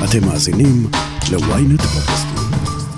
אתם מאזינים ל-ynet פודקאסטים.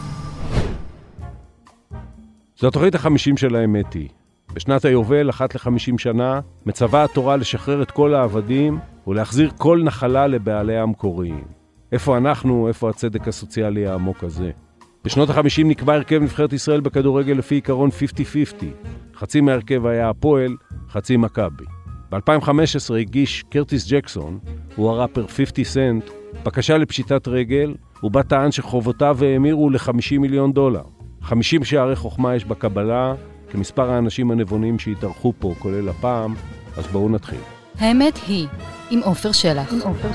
זו התוכנית ה-50 של האמת היא. בשנת היובל, אחת ל-50 שנה, מצווה התורה לשחרר את כל העבדים ולהחזיר כל נחלה לבעלי המקוריים. איפה אנחנו, איפה הצדק הסוציאלי העמוק הזה? בשנות ה-50 נקבע הרכב נבחרת ישראל בכדורגל לפי עיקרון 50-50. חצי מהרכב היה הפועל, חצי מכבי. ב-2015 הגיש קרטיס ג'קסון, הוא הראפר 50 סנט, בקשה לפשיטת רגל, ובה טען שחובותיו האמירו ל$50 מיליון. 50 שערי חוכמה יש בקבלה, כמספר האנשים הנבונים שהתארחו פה, כולל הפעם, אז בואו נתחיל. האמת היא, עם עופר שלח.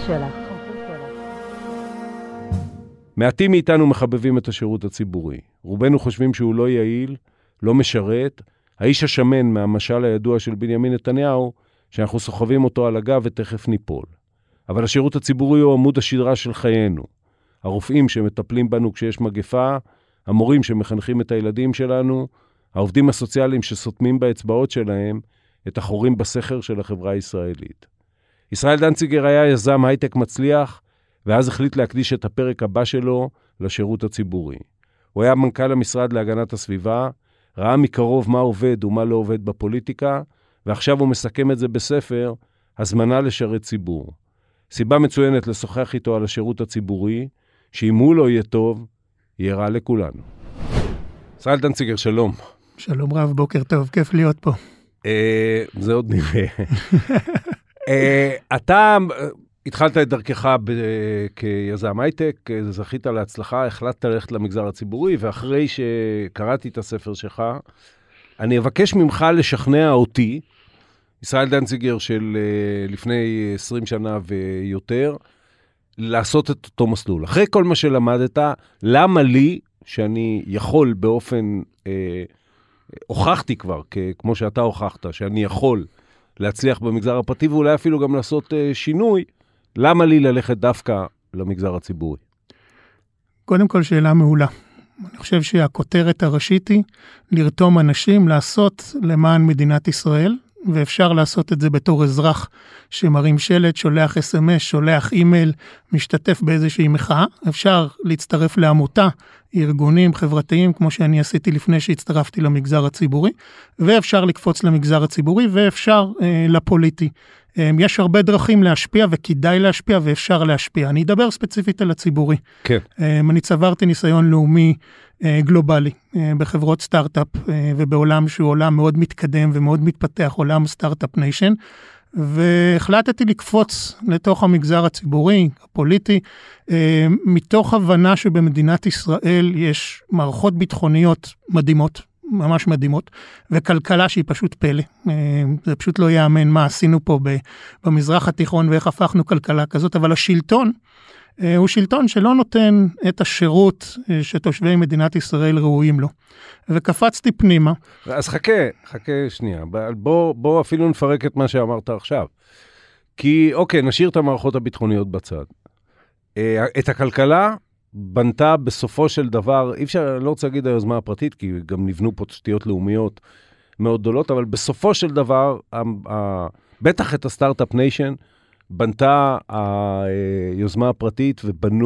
מעטים מאיתנו מחבבים את השירות הציבורי. רובנו חושבים שהוא לא יעיל, לא משרת, האיש השמן מהמשל הידוע של בנימין נתניהו, שאנחנו סוחבים אותו על הגב ותכף ניפול. אבל השירות הציבורי הוא עמוד השדרה של חיינו. הרופאים שמטפלים בנו כשיש מגפה, המורים שמחנכים את הילדים שלנו, העובדים הסוציאליים שסותמים באצבעות שלהם את החורים בסכר של החברה הישראלית. ישראל דנציגר היה יזם הייטק מצליח, ואז החליט להקדיש את הפרק הבא שלו לשירות הציבורי. הוא היה מנכ"ל המשרד להגנת הסביבה, ראה מקרוב מה עובד ומה לא עובד בפוליטיקה, ועכשיו הוא מסכם את זה בספר, הזמנה לשרת ציבור. סיבה מצוינת לשוחח איתו על השירות הציבורי, שאם הוא לא יהיה טוב, יהיה רע לכולנו. ישראל דנציגר, שלום. שלום רב, בוקר טוב, כיף להיות פה. זה עוד נראה. אתה התחלת את דרכך כיזם הייטק, זכית להצלחה, החלטת ללכת למגזר הציבורי, ואחרי שקראתי את הספר שלך, אני אבקש ממך לשכנע אותי, ישראל דנציגר של לפני 20 שנה ויותר, לעשות את אותו מסלול. אחרי כל מה שלמדת, למה לי, שאני יכול באופן, הוכחתי כבר, כמו שאתה הוכחת, שאני יכול להצליח במגזר הפרטי, ואולי אפילו גם לעשות שינוי, למה לי ללכת דווקא למגזר הציבורי? קודם כל שאלה מעולה. אני חושב שהכותרת הראשית היא לרתום אנשים לעשות למען מדינת ישראל, ואפשר לעשות את זה בתור אזרח שמרים שלט, שולח SMS, שולח אימייל, משתתף באיזושהי מחאה. אפשר להצטרף לעמותה, ארגונים חברתיים, כמו שאני עשיתי לפני שהצטרפתי למגזר הציבורי, ואפשר לקפוץ למגזר הציבורי, ואפשר לפוליטי. יש הרבה דרכים להשפיע, וכדאי להשפיע, ואפשר להשפיע. אני אדבר ספציפית על הציבורי. כן. אני צברתי ניסיון לאומי גלובלי, בחברות סטארט-אפ, ובעולם שהוא עולם מאוד מתקדם ומאוד מתפתח, עולם סטארט-אפ ניישן, והחלטתי לקפוץ לתוך המגזר הציבורי, הפוליטי, מתוך הבנה שבמדינת ישראל יש מערכות ביטחוניות מדהימות, ממש מדהימות, וכלכלה שהיא פשוט פלא. זה פשוט לא יאמן מה עשינו פה במזרח התיכון, ואיך הפכנו כלכלה כזאת, אבל השלטון, הוא שלטון שלא נותן את השירות שתושבי מדינת ישראל ראויים לו. וקפצתי פנימה. אז חכה שנייה. בוא אפילו נפרק את מה שאמרת עכשיו. כי אוקיי, נשאיר את המערכות הביטחוניות בצד. את הכלכלה בנתה בסופו של דבר, אי אפשר, לא רוצה להגיד היוזמה הפרטית, כי גם נבנו פה תשתיות לאומיות מאוד גדולות, אבל בסופו של דבר, בטח את הסטארט-אפ ניישן, בנתה היוזמה הפרטית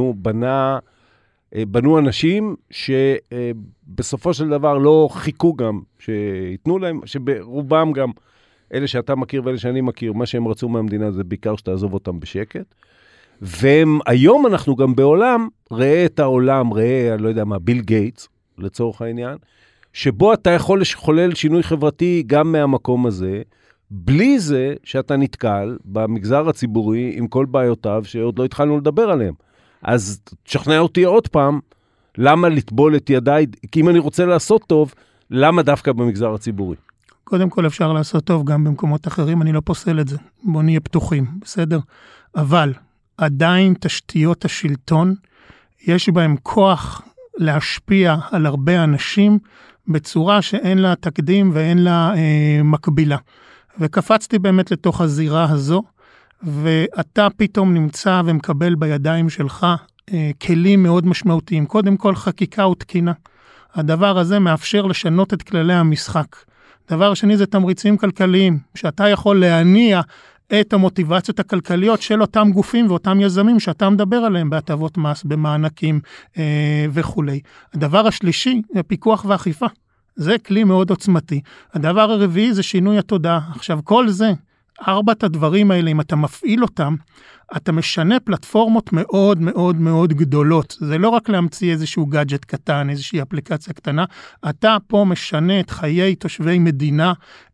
ובנו אנשים שבסופו של דבר לא חיכו גם שיתנו להם, שברובם גם אלה שאתה מכיר ואלה שאני מכיר, מה שהם רצו מהמדינה זה בעיקר שתעזוב אותם בשקט. והיום אנחנו גם בעולם, ראה את העולם, אני לא יודע מה, ביל גייטס לצורך העניין, שבו אתה יכול לחולל שינוי חברתי גם מהמקום הזה, בלי זה שאתה נתקל במגזר הציבורי עם כל בעיותיו שעוד לא התחלנו לדבר עליהם. אז תשכנע אותי עוד פעם, למה לטבול את ידיי, כי אם אני רוצה לעשות טוב, למה דווקא במגזר הציבורי? קודם כל אפשר לעשות טוב גם במקומות אחרים, אני לא פוסל את זה. בוא נהיה פתוחים, בסדר? אבל עדיין תשתיות השלטון, יש בהם כוח להשפיע על הרבה אנשים, בצורה שאין לה תקדים ואין לה מקבילה. וקפצתי באמת לתוך הזירה הזו, ואתה פתאום נמצא ומקבל בידיים שלך כלים מאוד משמעותיים. קודם כל חקיקה ותקינה. הדבר הזה מאפשר לשנות את כללי המשחק. דבר שני זה תמריצים כלכליים, שאתה יכול להניע את המוטיבציות הכלכליות של אותם גופים ואותם יזמים שאתה מדבר עליהם בהטבות מס, במענקים וכו'. הדבר השלישי, פיקוח ואכיפה. זה כלי מאוד עוצמתי. הדבר הרביעי זה שינוי התודעה. עכשיו, כל זה, 4 הדברים האלה, אם אתה מפעיל אותם, אתה משנה פלטפורמות מאוד מאוד מאוד גדולות. זה לא רק להמציא איזשהו גאדג'ט קטן, איזושהי אפליקציה קטנה, אתה פה משנה את חיי תושבי מדינה,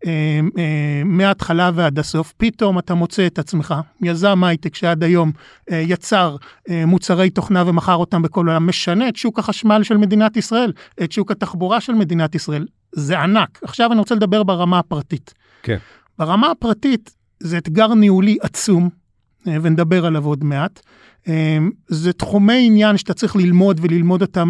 מההתחלה ועד הסוף. פתאום אתה מוצא את עצמך, יזם הייטק שעד היום יצר מוצרי תוכנה ומכר אותם בכל העולם, משנה את שוק החשמל של מדינת ישראל, את שוק התחבורה של מדינת ישראל. זה ענק. עכשיו אני רוצה לדבר ברמה הפרטית. כן. ברמה הפרטית זה אתגר ניהולי עצום, ונדבר עליו עוד מעט. זה תחומי עניין שאתה צריך ללמוד וללמוד אותם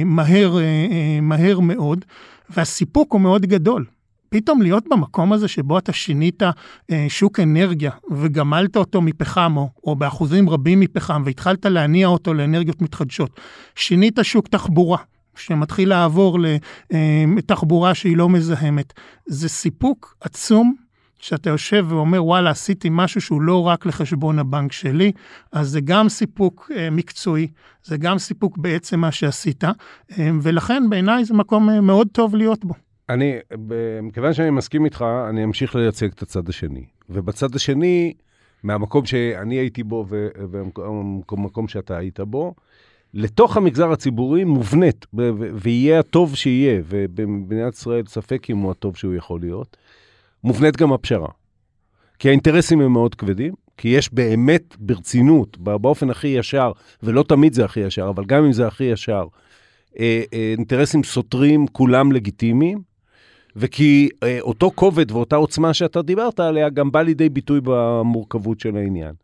מהר מאוד, והסיפוק הוא מאוד גדול. פתאום להיות במקום הזה שבו אתה שינית שוק אנרגיה, וגמלת אותו מפחם, או באחוזים רבים מפחם, והתחלת להניע אותו לאנרגיות מתחדשות. שינית שוק תחבורה, שמתחיל לעבור לתחבורה שהיא לא מזהמת. זה סיפוק עצום, שאתה יושב ואומר, וואלה, עשיתי משהו שהוא לא רק לחשבון הבנק שלי, אז זה גם סיפוק מקצועי, זה גם סיפוק בעצם מה שעשית, ולכן בעיניי זה מקום מאוד טוב להיות בו. מכיוון שאני מסכים איתך, אני אמשיך לייצג את הצד השני. ובצד השני, מהמקום שאני הייתי בו, ומקום שאתה היית בו, לתוך המגזר הציבורי מובנית, ויהיה הטוב שיהיה, ובמדינת ישראל ספק אם הוא הטוב שהוא יכול להיות, מובנית גם הפשרה. כי האינטרסים הם מאוד כבדים, כי יש באמת ברצינות, באופן הכי ישר, ולא תמיד זה הכי ישר, אבל גם אם זה הכי ישר, אינטרסים סותרים כולם לגיטימיים, וכי אותו כובד ואותה עוצמה שאתה דיברת עליה, גם בא לידי ביטוי במורכבות של העניין.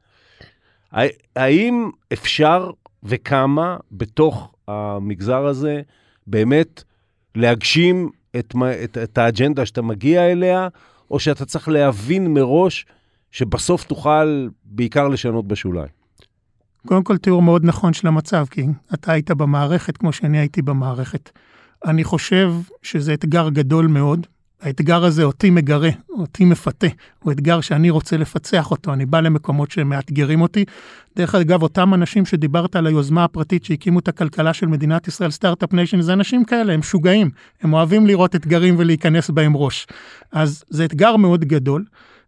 האם אפשר וכמה בתוך המגזר הזה באמת להגשים את האג'נדה שאתה מגיע אליה, או שאתה צריך להבין מראש שבסוף תוכל בעיקר לשנות בשוליים? קודם כל תיאור מאוד נכון של המצב, כי אתה היית במערכת כמו שאני הייתי במערכת. אני חושב שזה אתגר גדול מאוד. האתגר הזה אותי מגרה, אותי מפתה. הוא אתגר שאני רוצה לפצח אותו. אני בא למקומות שמאתגרים אותי. דרך אגב, אותם אנשים שדיברת על היוזמה הפרטית שהקימו את הכלכלה של מדינת ישראל, סטארט-אפ ניישן, זה אנשים כאלה, הם שוגעים. הם אוהבים לראות אתגרים ולהיכנס בהם ראש. אז זה אתגר מאוד גדול.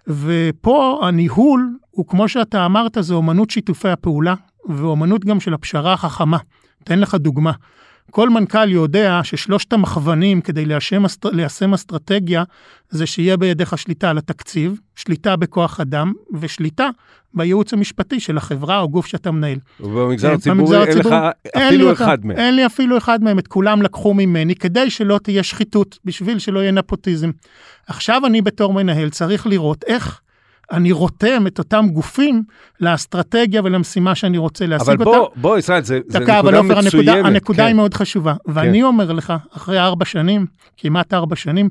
ופה הניהול הוא, כמו שאתה אמרת, זה אומנות שיתופי הפעולה, ואומנות גם של הפשרה החכמה. תן לך דוגמה. כל מנכ"ל יודע ששלושת המכוונים כדי ליישם אסטרטגיה, זה שיהיה בידיך שליטה על התקציב, שליטה בכוח אדם, ושליטה בייעוץ המשפטי של החברה או גוף שאתה מנהל. ובמגזר הציבורי אין לך אפילו אחד מהם. אין לי אפילו אחד מהם, את כולם לקחו ממני, כדי שלא תהיה שחיתות, בשביל שלא יהיה נפוטיזם. עכשיו אני בתור מנהל צריך לראות איך אני רותם את אותם גופים לאסטרטגיה ולמשימה שאני רוצה להשיג אותה. אבל בוא, ישראל, זה נקודה מצוינת. הנקודה היא מאוד חשובה. ואני אומר לך, אחרי 4 שנים, כמעט 4 שנים,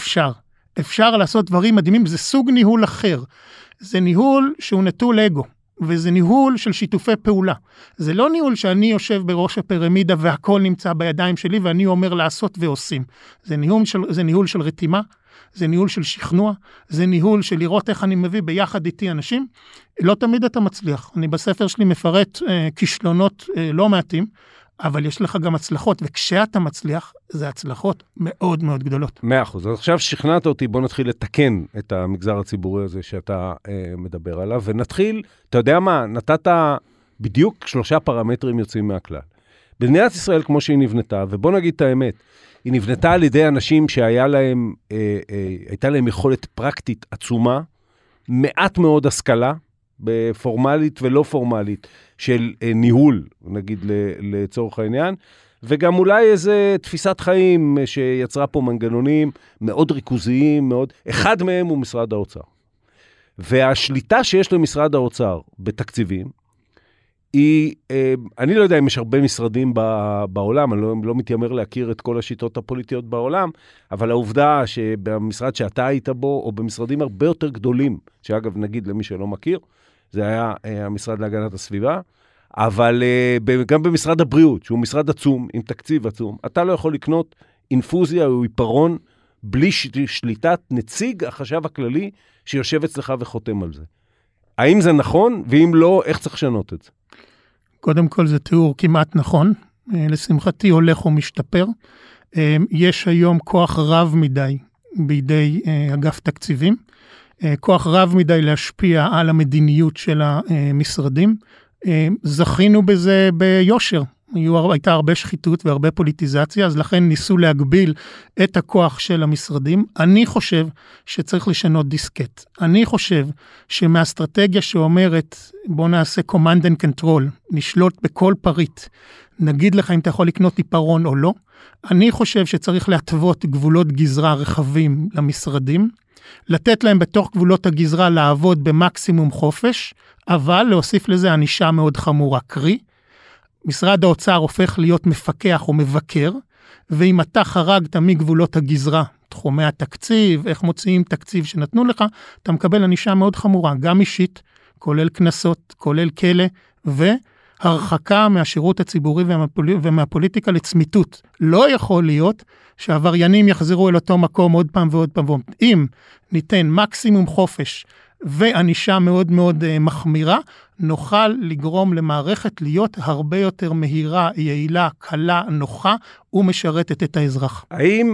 אפשר לעשות דברים מדהימים. זה סוג ניהול אחר. זה ניהול שהוא נטול אגו, וזה ניהול של שיתופי פעולה. זה לא ניהול שאני יושב בראש הפירמידה והכל נמצא בידיים שלי, ואני אומר לעשות ועושים. זה ניהול של רתימה, זה ניהול של שכנוע, זה ניהול של לראות איך אני מביא ביחד איתי אנשים. לא תמיד אתה מצליח. אני בספר שלי מפרט כישלונות לא מעטים, אבל יש לך גם הצלחות, וכשאתה מצליח, זה הצלחות מאוד מאוד גדולות. 100%. אז עכשיו שכנעת אותי, בוא נתחיל לתקן את המגזר הציבורי הזה שאתה מדבר עליו, ונתחיל, אתה יודע מה, נתת בדיוק 3 פרמטרים יוצאים מהכלל. במדינת ישראל, כמו שהיא נבנתה, ובוא נגיד את האמת, היא נבנתה על ידי אנשים שהייתה להם יכולת פרקטית עצומה, מעט מאוד השכלה, בפורמלית ולא פורמלית, של ניהול, נגיד לצורך העניין, וגם אולי איזה תפיסת חיים שיצרה פה מנגנונים מאוד ריכוזיים, מאוד, אחד מהם הוא משרד האוצר. והשליטה שיש למשרד האוצר בתקציבים, היא, אני לא יודע אם יש הרבה משרדים בעולם, אני לא מתיימר להכיר את כל השיטות הפוליטיות בעולם, אבל העובדה שבמשרד שאתה היית בו, או במשרדים הרבה יותר גדולים, שאגב נגיד למי שלא מכיר, זה היה המשרד להגנת הסביבה, אבל גם במשרד הבריאות, שהוא משרד עצום, עם תקציב עצום, אתה לא יכול לקנות אינפוזיה או עיפרון, בלי שליטת נציג החשב הכללי, שיושב אצלך וחותם על זה. האם זה נכון, ואם לא, איך צריך לשנות את זה? קודם כל זה תיאור כמעט נכון, לשמחתי הולך ומשתפר. יש היום כוח רב מדי בידי אגף תקציבים, כוח רב מדי להשפיע על המדיניות של המשרדים. זכינו בזה ביושר, הייתה הרבה שחיתות והרבה פוליטיזציה, אז לכן ניסו להגביל את הכוח של המשרדים. אני חושב שצריך לשנות דיסקט. אני חושב שמהאסטרטגיה שאומרת, בוא נעשה command and control, נשלוט בכל פריט, נגיד לך אם אתה יכול לקנות עיפרון או לא, אני חושב שצריך להתוות גבולות גזרה רחבים למשרדים, לתת להם בתוך גבולות הגזרה לעבוד במקסימום חופש, אבל להוסיף לזה ענישה מאוד חמורה, קרי, משרד האוצר הופך להיות מפקח או מבקר, ואם אתה חרגת מגבולות הגזרה, תחומי התקציב, איך מוציאים תקציב שנתנו לך, אתה מקבל ענישה מאוד חמורה, גם אישית, כולל כנסות, כולל כלא, והרחקה מהשירות הציבורי ומהפוליטיקה לצמיתות. לא יכול להיות שהעבריינים יחזרו אל אותו מקום עוד פעם ועוד פעם. אם ניתן מקסימום חופש וענישה מאוד מאוד מחמירה, נוכל לגרום למערכת להיות הרבה יותר מהירה, יעילה, קלה, נוחה, ומשרתת את האזרח. האם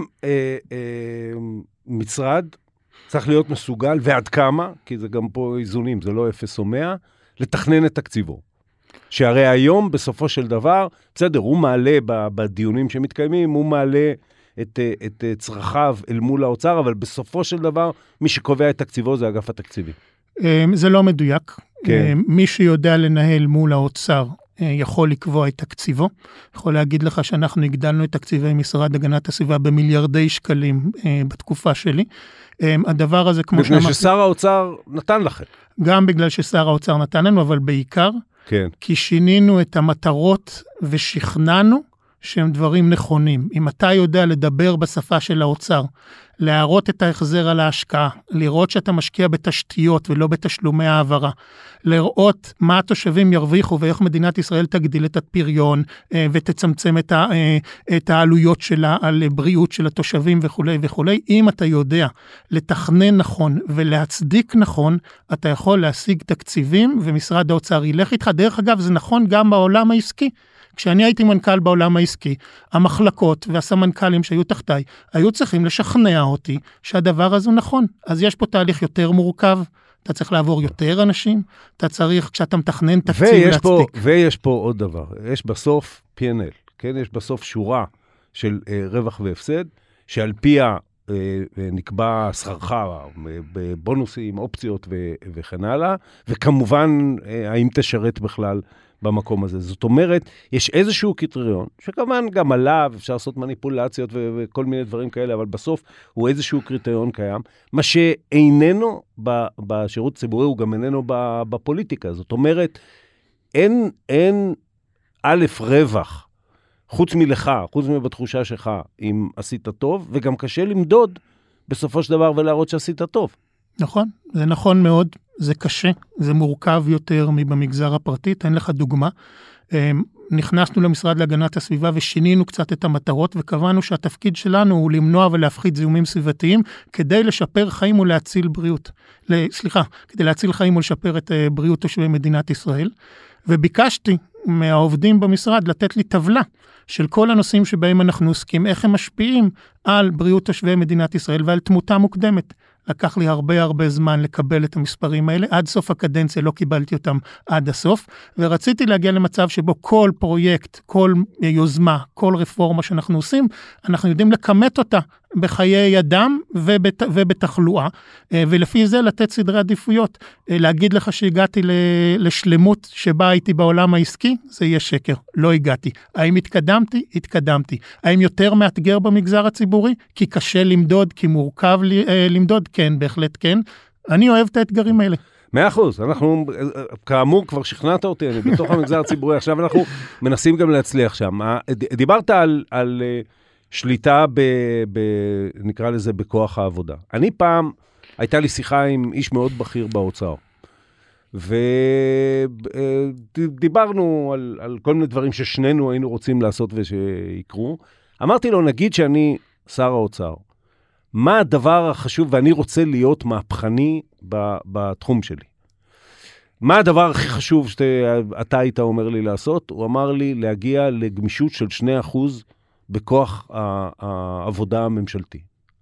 משרד צריך להיות מסוגל, ועד כמה, כי זה גם פה איזונים, זה לא 0 או 100, לתכנן את תקציבו? שהרי היום, בסופו של דבר, בסדר, הוא מעלה בדיונים שמתקיימים, הוא מעלה את צרכיו אל מול האוצר, אבל בסופו של דבר, מי שקובע את תקציבו זה אגף התקציבי. זה לא מדויק. כן. מי שיודע לנהל מול האוצר, יכול לקבוע את תקציבו. יכול להגיד לך שאנחנו הגדלנו את תקציבי משרד הגנת הסביבה במיליארדי שקלים בתקופה שלי. הדבר הזה, כמו בגלל ששר האוצר נתן לכם. גם בגלל ששר האוצר נתן לנו, אבל בעיקר, כן. כי שינינו את המטרות ושכנענו שהם דברים נכונים. אם אתה יודע לדבר בשפה של האוצר, להראות את ההחזר על ההשקעה, לראות שאתה משקיע בתשתיות ולא בתשלומי העברה, לראות מה התושבים ירוויחו ואיך מדינת ישראל תגדיל את הפריון ותצמצם את העלויות שלה על בריאות של התושבים וכו' וכו'. אם אתה יודע לתכנן נכון ולהצדיק נכון, אתה יכול להשיג תקציבים ומשרד האוצר ילך איתך. דרך אגב, זה נכון גם בעולם העסקי. כשאני הייתי מנכ"ל בעולם העסקי, המחלקות והסמנכ"לים שהיו תחתיי, היו צריכים לשכנע אותי שהדבר הזה נכון. אז יש פה תהליך יותר מורכב, אתה צריך לעבור יותר אנשים, אתה צריך, כשאתה מתכנן תקציב להצדיק. ויש פה עוד דבר, יש בסוף P&L, כן? יש בסוף שורה של רווח והפסד, שעל פיה נקבע שכרך בבונוסים, אופציות וכן הלאה, וכמובן, האם תשרת בכלל במקום הזה. זאת אומרת, יש איזשהו קריטריון, שכמובן גם עליו אפשר לעשות מניפולציות וכל מיני דברים כאלה, אבל בסוף הוא איזשהו קריטריון קיים, מה שאיננו בשירות הציבורי, הוא גם איננו בפוליטיקה. זאת אומרת, אין א' רווח, חוץ מלך, חוץ מבתחושה שלך, אם עשית טוב, וגם קשה למדוד בסופו של דבר ולהראות שעשית טוב. נכון, זה נכון מאוד, זה קשה, זה מורכב יותר מבמגזר הפרטי. תן לך דוגמה, נכנסנו למשרד להגנת הסביבה ושינינו קצת את המטרות, וקבענו שהתפקיד שלנו הוא למנוע ולהפחית זיהומים סביבתיים, כדי לשפר חיים ולהציל בריאות, כדי להציל חיים ולשפר את בריאות תושבי מדינת ישראל, וביקשתי מהעובדים במשרד לתת לי טבלה של כל הנושאים שבהם אנחנו עוסקים, איך הם משפיעים על בריאות תושבי מדינת ישראל ועל תמותה מוקדמת. לקח לי הרבה זמן לקבל את המספרים האלה, עד סוף הקדנציה לא קיבלתי אותם עד הסוף, ורציתי להגיע למצב שבו כל פרויקט, כל יוזמה, כל רפורמה שאנחנו עושים, אנחנו יודעים לכמת אותה בחיי אדם ובתחלואה, ולפי זה לתת סדרי עדיפויות. להגיד לך שהגעתי לשלמות שבה הייתי בעולם העסקי, זה יהיה שקר, לא הגעתי. האם התקדמתי? התקדמתי. האם יותר מאתגר במגזר הציבורי? כי קשה למדוד, כי מורכב למדוד? כן, בהחלט כן. אני אוהב את האתגרים האלה. 100%, אנחנו, כאמור, כבר שכנעת אותי, אני בתוך המגזר הציבורי, עכשיו אנחנו מנסים גם להצליח שם. דיברת על שליטה נקרא לזה בכוח העבודה. אני פעם, הייתה לי שיחה עם איש מאוד בכיר באוצר, ודיברנו על כל מיני דברים ששנינו היינו רוצים לעשות ושיקרו. אמרתי לו, נגיד שאני שר האוצר, מה הדבר החשוב, ואני רוצה להיות מהפכני בתחום שלי. מה הדבר הכי חשוב שאתה היית אומר לי לעשות? הוא אמר לי להגיע לגמישות של 2% בכוח העבודה הממשלתי.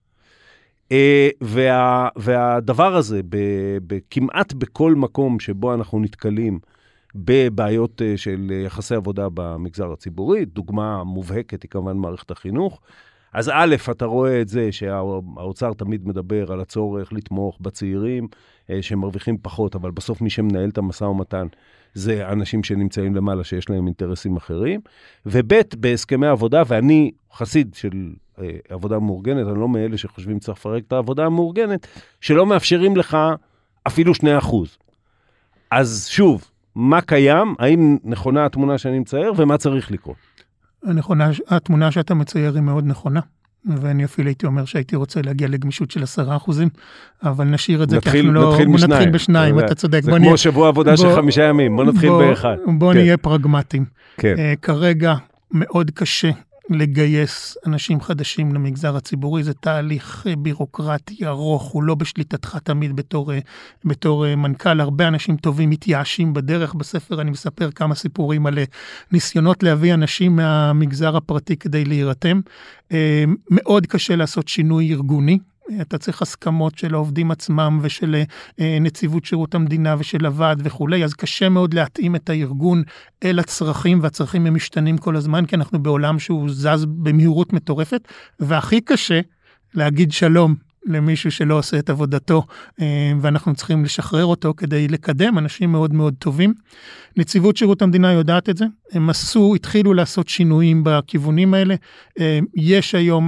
והדבר הזה, כמעט בכל מקום שבו אנחנו נתקלים בבעיות של יחסי עבודה במגזר הציבורי, דוגמה מובהקת היא כמובן מערכת החינוך, אז א', אתה רואה את זה שהאוצר תמיד מדבר על הצורך לתמוך בצעירים שמרוויחים פחות, אבל בסוף מי שמנהל את המשא ומתן זה אנשים שנמצאים למעלה שיש להם אינטרסים אחרים, וב' בהסכמי עבודה, ואני חסיד של עבודה מאורגנת, אני לא מאלה שחושבים צריך לפרק את העבודה המאורגנת, שלא מאפשרים לך אפילו 2%. אז שוב, מה קיים? האם נכונה התמונה שאני מצייר, ומה צריך לקרות? התמונה שאתה מצייר היא מאוד נכונה, ואני אפילו הייתי אומר שהייתי רוצה להגיע לגמישות של 10%, אבל נשאיר את זה, כי אנחנו לא... נתחיל בשניים, אתה צודק. זה כמו שבוע עבודה של 5 ימים, בוא נתחיל באחד. בוא נהיה פרגמטיים. כרגע מאוד קשה לגייס אנשים חדשים למגזר הציבורי, זה תהליך בירוקרטי ארוך, הוא לא בשליטתך תמיד בתור מנכ"ל, הרבה אנשים טובים מתייאשים בדרך, בספר אני מספר כמה סיפורים על ניסיונות להביא אנשים מהמגזר הפרטי כדי להירתם, מאוד קשה לעשות שינוי ארגוני, אתה צריך הסכמות של העובדים עצמם ושל נציבות שירות המדינה ושל הוועד וכולי, אז קשה מאוד להתאים את הארגון אל הצרכים, והצרכים הם משתנים כל הזמן, כי אנחנו בעולם שהוא זז במהירות מטורפת, והכי קשה להגיד שלום למישהו שלא עושה את עבודתו, ואנחנו צריכים לשחרר אותו כדי לקדם אנשים מאוד מאוד טובים. נציבות שירות המדינה יודעת את זה, הם התחילו לעשות שינויים בכיוונים האלה, יש היום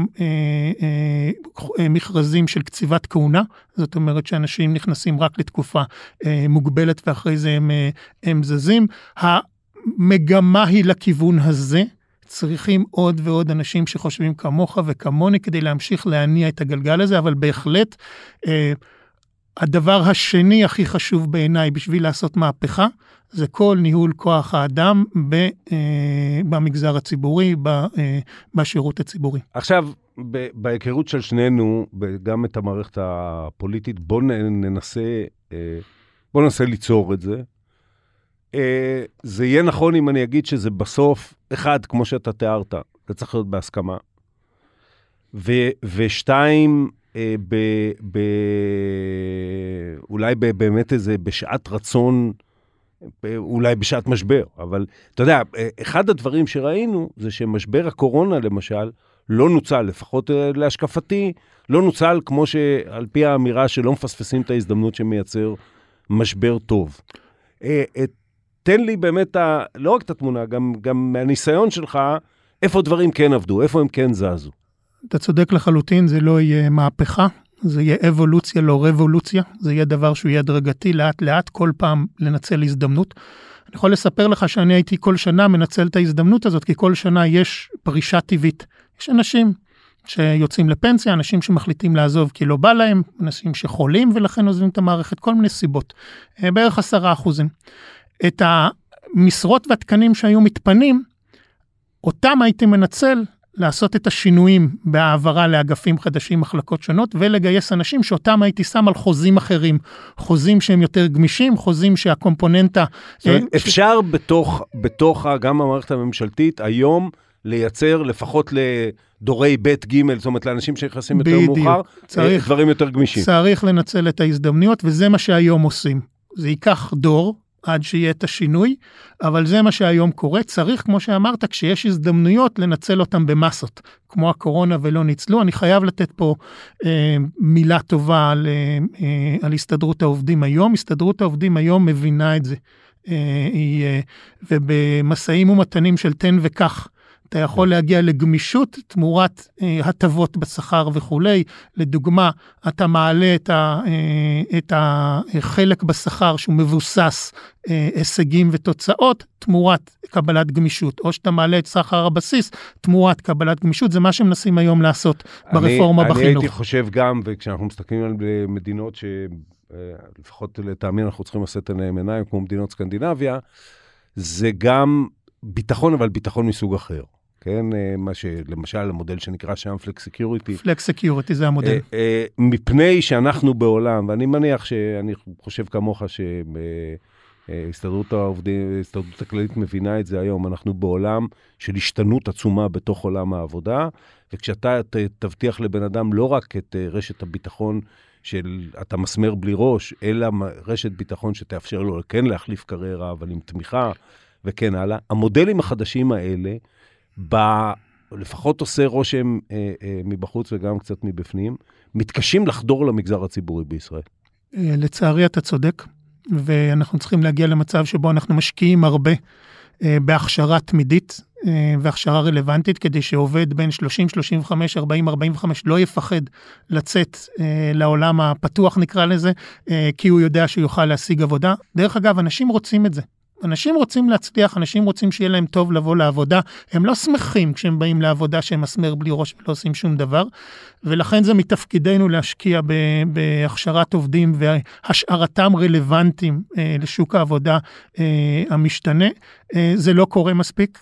מכרזים של קציבת כהונה, זאת אומרת שאנשים נכנסים רק לתקופה מוגבלת, ואחרי זה הם זזים, המגמה היא לכיוון הזה, צריכים עוד ועוד אנשים שחושבים כמוך וכמוני כדי להמשיך להניע את הגלגל הזה, אבל בהחלט הדבר השני הכי חשוב בעיניי בשביל לעשות מהפכה, זה כל ניהול כוח האדם במגזר הציבורי, בשירות הציבורי. עכשיו, בהיכרות של שנינו, גם את המערכת הפוליטית, בוא ננסה ליצור את זה. זה יהיה נכון אם אני אגיד שזה בסוף, אחד, כמו שאתה תיארת, זה צריך להיות בהסכמה, ושתיים, אולי באמת איזה בשעת רצון, אולי בשעת משבר, אבל אתה יודע, אחד הדברים שראינו, זה שמשבר הקורונה למשל, לא נוצל, לפחות להשקפתי, לא נוצל כמו שעל פי האמירה שלא מפספסים את ההזדמנות שמייצר משבר טוב. תן לי באמת, לא רק את התמונה, גם מהניסיון שלך, איפה דברים כן עבדו, איפה הם כן זזו. אתה צודק לחלוטין, זה לא יהיה מהפכה, זה יהיה אבולוציה, לא רבולוציה, זה יהיה דבר שהוא יהיה הדרגתי, לאט לאט, כל פעם לנצל הזדמנות. אני יכול לספר לך שאני הייתי כל שנה מנצל את ההזדמנות הזאת, כי כל שנה יש פרישה טבעית. יש אנשים שיוצאים לפנסיה, אנשים שמחליטים לעזוב כי לא בא להם, אנשים שחולים ולכן עוזבים את המערכת, כל מיני סיבות, בערך 10%. את המשרות והתקנים שהיו מתפנים, אותם הייתי מנצל לעשות את השינויים בהעברה לאגפים חדשים, מחלקות שונות, ולגייס אנשים שאותם הייתי שם על חוזים אחרים, חוזים שהם יותר גמישים, חוזים שהקומפוננטה... אפשר בתוך גם המערכת הממשלתית היום לייצר לפחות לדורי ב' ג', זאת אומרת לאנשים שנכנסים יותר מאוחר, דברים יותר גמישים. צריך לנצל את ההזדמנויות, וזה מה שהיום עושים. זה ייקח דור, עד שיהיה את השינוי, אבל זה מה שהיום קורה, צריך, כמו שאמרת, כשיש הזדמנויות, לנצל אותם במסות, כמו הקורונה ולא ניצלו. אני חייב לתת פה מילה טובה על הסתדרות העובדים היום. הסתדרות העובדים היום מבינה את זה, ובמסעים ומתנים של תן וכך, אתה יכול להגיע לגמישות תמורת הטבות בשכר וכולי. לדוגמה, אתה מעלה את החלק בשכר שהוא מבוסס הישגים ותוצאות תמורת קבלת גמישות, או שאתה מעלה את שכר הבסיס תמורת קבלת גמישות. זה מה שמנסים היום לעשות ברפורמה בחינוך. אני הייתי חושב גם, וכשאנחנו מסתכלים על מדינות שלפחות לטעמי אנחנו צריכים לשאת עליהן עיניים, כמו מדינות סקנדינביה, זה גם ביטחון, אבל ביטחון מסוג אחר. כן, מה שלמשל המודל שנקרא שם פלקס סקיוריטי. פלקס סקיוריטי זה המודל. מפני שאנחנו בעולם, ואני מניח שאני חושב כמוך הסתדרות העובדים, הסתדרות הכללית מבינה את זה היום. אנחנו בעולם של השתנות עצומה בתוך עולם העבודה, וכשאתה תבטיח לבן אדם לא רק את רשת הביטחון של אתה מסמר בלי ראש, אלא רשת ביטחון שתאפשר לו כן להחליף קריירה, אבל עם תמיכה וכן הלאה. המודלים החדשים האלה, לפחות עושה רושם מבחוץ וגם קצת מבפנים, מתקשים לחדור למגזר הציבורי בישראל. לצערי אתה צודק, ואנחנו צריכים להגיע למצב שבו אנחנו משקיעים הרבה בהכשרה תמידית והכשרה רלוונטית, כדי שעובד בין 30, 35, 40, 45 לא יפחד לצאת לעולם הפתוח נקרא לזה, כי הוא יודע שהוא יוכל להשיג עבודה. דרך אגב, אנשים רוצים את זה. אנשים רוצים להצליח, אנשים רוצים שיהיה להם טוב לבוא לעבודה, הם לא שמחים כשהם באים לעבודה שהם מסמר בלי ראש ולא עושים שום דבר, ולכן זה מתפקידנו להשקיע בהכשרת עובדים והשארתם רלוונטיים לשוק העבודה המשתנה. זה לא קורה מספיק,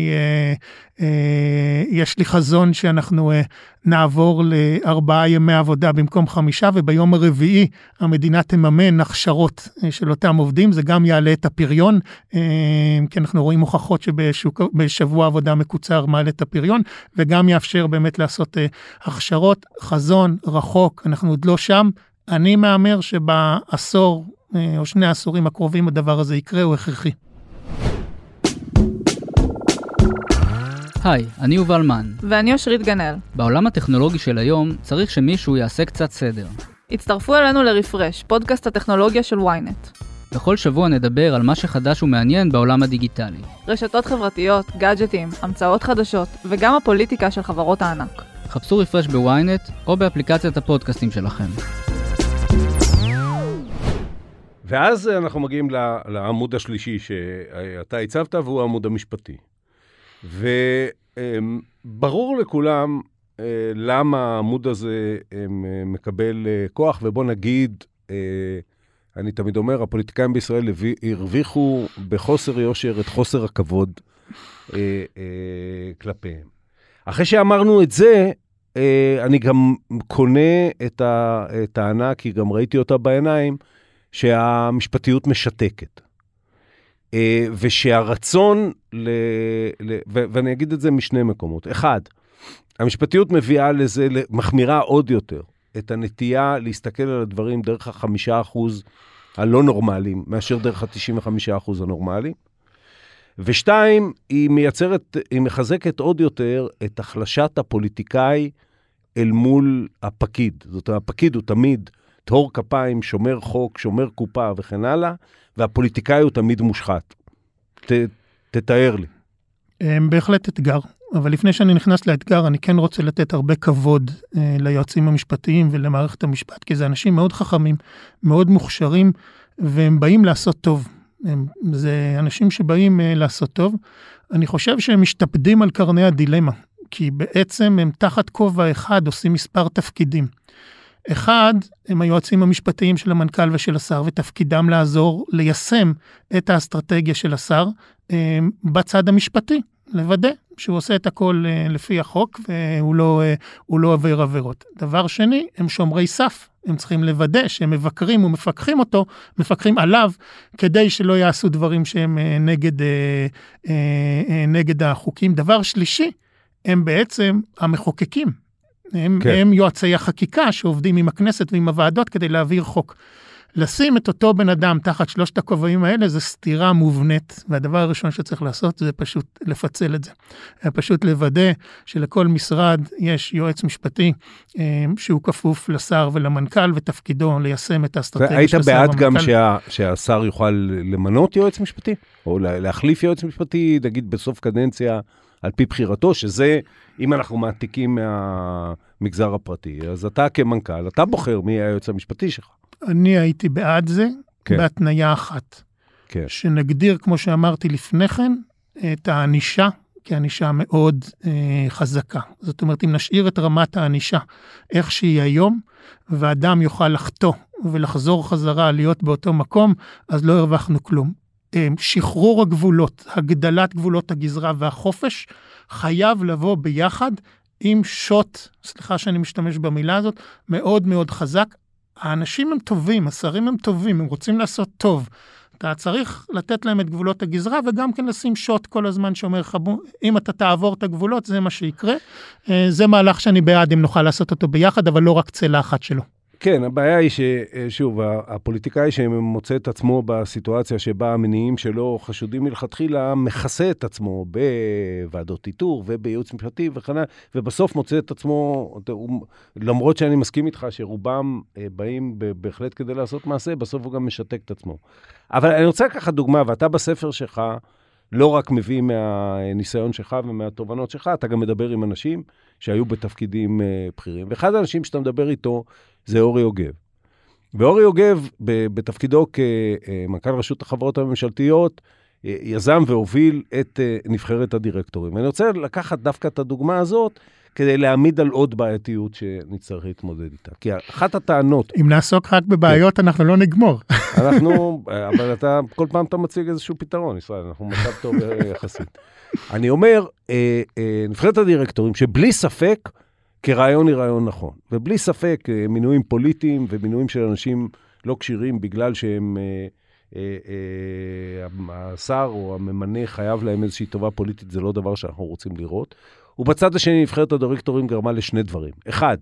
יש לי חזון שאנחנו נעבור ל4 ימי עבודה במקום 5, וביום הרביעי המדינה תממן הכשרות של אותם עובדים, זה גם יעלה את הפריון, כי אנחנו רואים הוכחות שבשבוע עבודה מקוצר מעלה את הפריון, וגם יאפשר באמת לעשות הכשרות, חזון, רחוק, אנחנו עוד לא שם. אני מאמר שבעשור או 2 העשורים הקרובים הדבר הזה יקרה, הוא הכרחי. היי, אני יובל מן. ואני אושרית גנאל. בעולם הטכנולוגי של היום צריך שמישהו יעשה קצת סדר. הצטרפו אלינו לרפרש, פודקאסט הטכנולוגיה של ynet. בכל שבוע נדבר על מה שחדש ומעניין בעולם הדיגיטלי. רשתות חברתיות, גאדג'טים, המצאות חדשות, וגם הפוליטיקה של חברות הענק. חפשו רפרש בוויינט או באפליקציית הפודקאסטים שלכם. ואז אנחנו מגיעים לעמוד השלישי שאתה הצבת, והוא העמוד המשפטי. וברור לכולם למה העמוד הזה מקבל כוח, ובוא נגיד, אני תמיד אומר, הפוליטיקאים בישראל הרוויחו בחוסר יושר את חוסר הכבוד כלפיהם. אחרי שאמרנו את זה, אני גם קונה את הטענה, כי גם ראיתי אותה בעיניים, שהמשפטיות משתקת. ושהרצון, ואני אגיד את זה משני מקומות. אחד, המשפטיות מביאה לזה, מחמירה עוד יותר, את הנטייה להסתכל על הדברים דרך 5% הלא נורמליים, מאשר דרך 95% הנורמליים. ושתיים, היא מחזקת עוד יותר את החלשת הפוליטיקאי אל מול הפקיד. זאת אומרת, הפקיד הוא תמיד תהור כפיים, שומר חוק, שומר קופה וכן הלאה, והפוליטיקאי הוא תמיד מושחת. תתאר לי. בהחלט אתגר, אבל לפני שאני נכנס לאתגר, אני כן רוצה לתת הרבה כבוד ליועצים המשפטיים ולמערכת המשפט, כי זה אנשים מאוד חכמים, מאוד מוכשרים, והם באים לעשות טוב. זה אנשים שבאים לעשות טוב. אני חושב שהם משתפדים על קרני הדילמה, כי בעצם הם תחת כובע אחד עושים מספר תפקידים. אחד, הם היועצים המשפטיים של המנכ"ל ושל השר, ותפקידם לעזור ליישם את האסטרטגיה של השר בצד המשפטי, לוודא שהוא עושה את הכל לפי החוק, והוא לא עובר עבירות. דבר שני, הם שומרי סף, הם צריכים לוודא שהם מבקרים ומפקחים עליו, כדי שלא יעשו דברים שהם נגד החוקים. דבר שלישי, הם בעצם המחוקקים. הם יועצי החקיקה שעובדים עם הכנסת ועם הוועדות כדי להעביר חוק. לשים את אותו בן אדם תחת 3 הכובעים האלה זה סתירה מובנית, והדבר הראשון שצריך לעשות זה פשוט לפצל את זה. פשוט לוודא שלכל משרד יש יועץ משפטי שהוא כפוף לשר ולמנכ"ל, ותפקידו ליישם את האסטרטגיה של השר והיית בעד והמנכ"ל. גם שהשר יוכל למנות יועץ משפטי? או להחליף יועץ משפטי, נגיד בסוף קדנציה, על פי בחירתו, שזה, אם אנחנו מעתיקים מהמגזר הפרטי, אז אתה כמנכ"ל, אתה בוחר מי היועץ המשפטי שלך. אני הייתי בעד זה, כן. בהתניה אחת. כן. שנגדיר, כמו שאמרתי לפני כן, את הענישה, כענישה מאוד חזקה. זאת אומרת, אם נשאיר את רמת הענישה, איך שהיא היום, ואדם יוכל לחטוא ולחזור חזרה להיות באותו מקום, אז לא הרווחנו כלום. שחרור הגבולות, הגדלת גבולות הגזרה והחופש, חייב לבוא ביחד עם שוט, סליחה שאני משתמש במילה הזאת, מאוד מאוד חזק. האנשים הם טובים, השרים הם טובים, הם רוצים לעשות טוב. אתה צריך לתת להם את גבולות הגזרה, וגם כן לשים שוט כל הזמן שאומר לך, אם אתה תעבור את הגבולות, זה מה שיקרה. זה מהלך שאני בעד אם נוכל לעשות אותו ביחד, אבל לא רק צלע אחת שלו. כן, הבעיה היא ששוב, הפוליטיקאי שמוצא את עצמו בסיטואציה שבה המניעים שלו חשודים מלכתחילה, מכסה את עצמו בוועדות איתור ובייעוץ משפטי וכן, ובסוף מוצא את עצמו, למרות שאני מסכים איתך שרובם באים בהחלט כדי לעשות מעשה, בסוף הוא גם משתק את עצמו. אבל אני רוצה לקחת דוגמה, ואתה בספר שלך לא רק מביא מהניסיון שלך ומהתובנות שלך, אתה גם מדבר עם אנשים שהיו בתפקידים בכירים. ואחד האנשים שאתה מדבר איתו זה אורי יוגב. ואורי יוגב, בתפקידו כמנכ"ל רשות החברות הממשלתיות, יזם והוביל את נבחרת הדירקטורים. אני רוצה לקחת דווקא את הדוגמה הזאת, כדי להעמיד על עוד בעייתיות שנצטרך להתמודד איתה. כי אחת הטענות... אם נעסוק רק בבעיות, אנחנו לא נגמור. אבל כל פעם אתה מציג איזשהו פתרון, ישראל, אנחנו מצב טוב יחסית. אני אומר, נבחרת הדירקטורים, שבלי ספק, כרעיון היא רעיון נכון. ובלי ספק, מינויים פוליטיים ומינויים של אנשים לא קשירים, בגלל שהם... השר או הממנה חייב להם איזושהי טובה פוליטית, זה לא דבר שאנחנו רוצים לראות. ובצד השני, נבחרת הדירקטורים גרמה לשני דברים. אחד,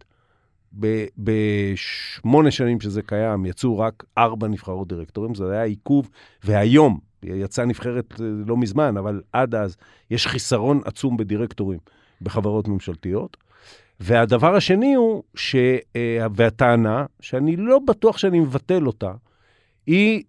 ב8 שנים שזה קיים, יצאו רק 4 נבחרות דירקטורים, זה היה עיכוב, והיום יצאה נבחרת לא מזמן, אבל עד אז יש חיסרון עצום בדירקטורים בחברות ממשלתיות. והדבר השני הוא, והטענה, שאני לא בטוח שאני מבטל אותה, היא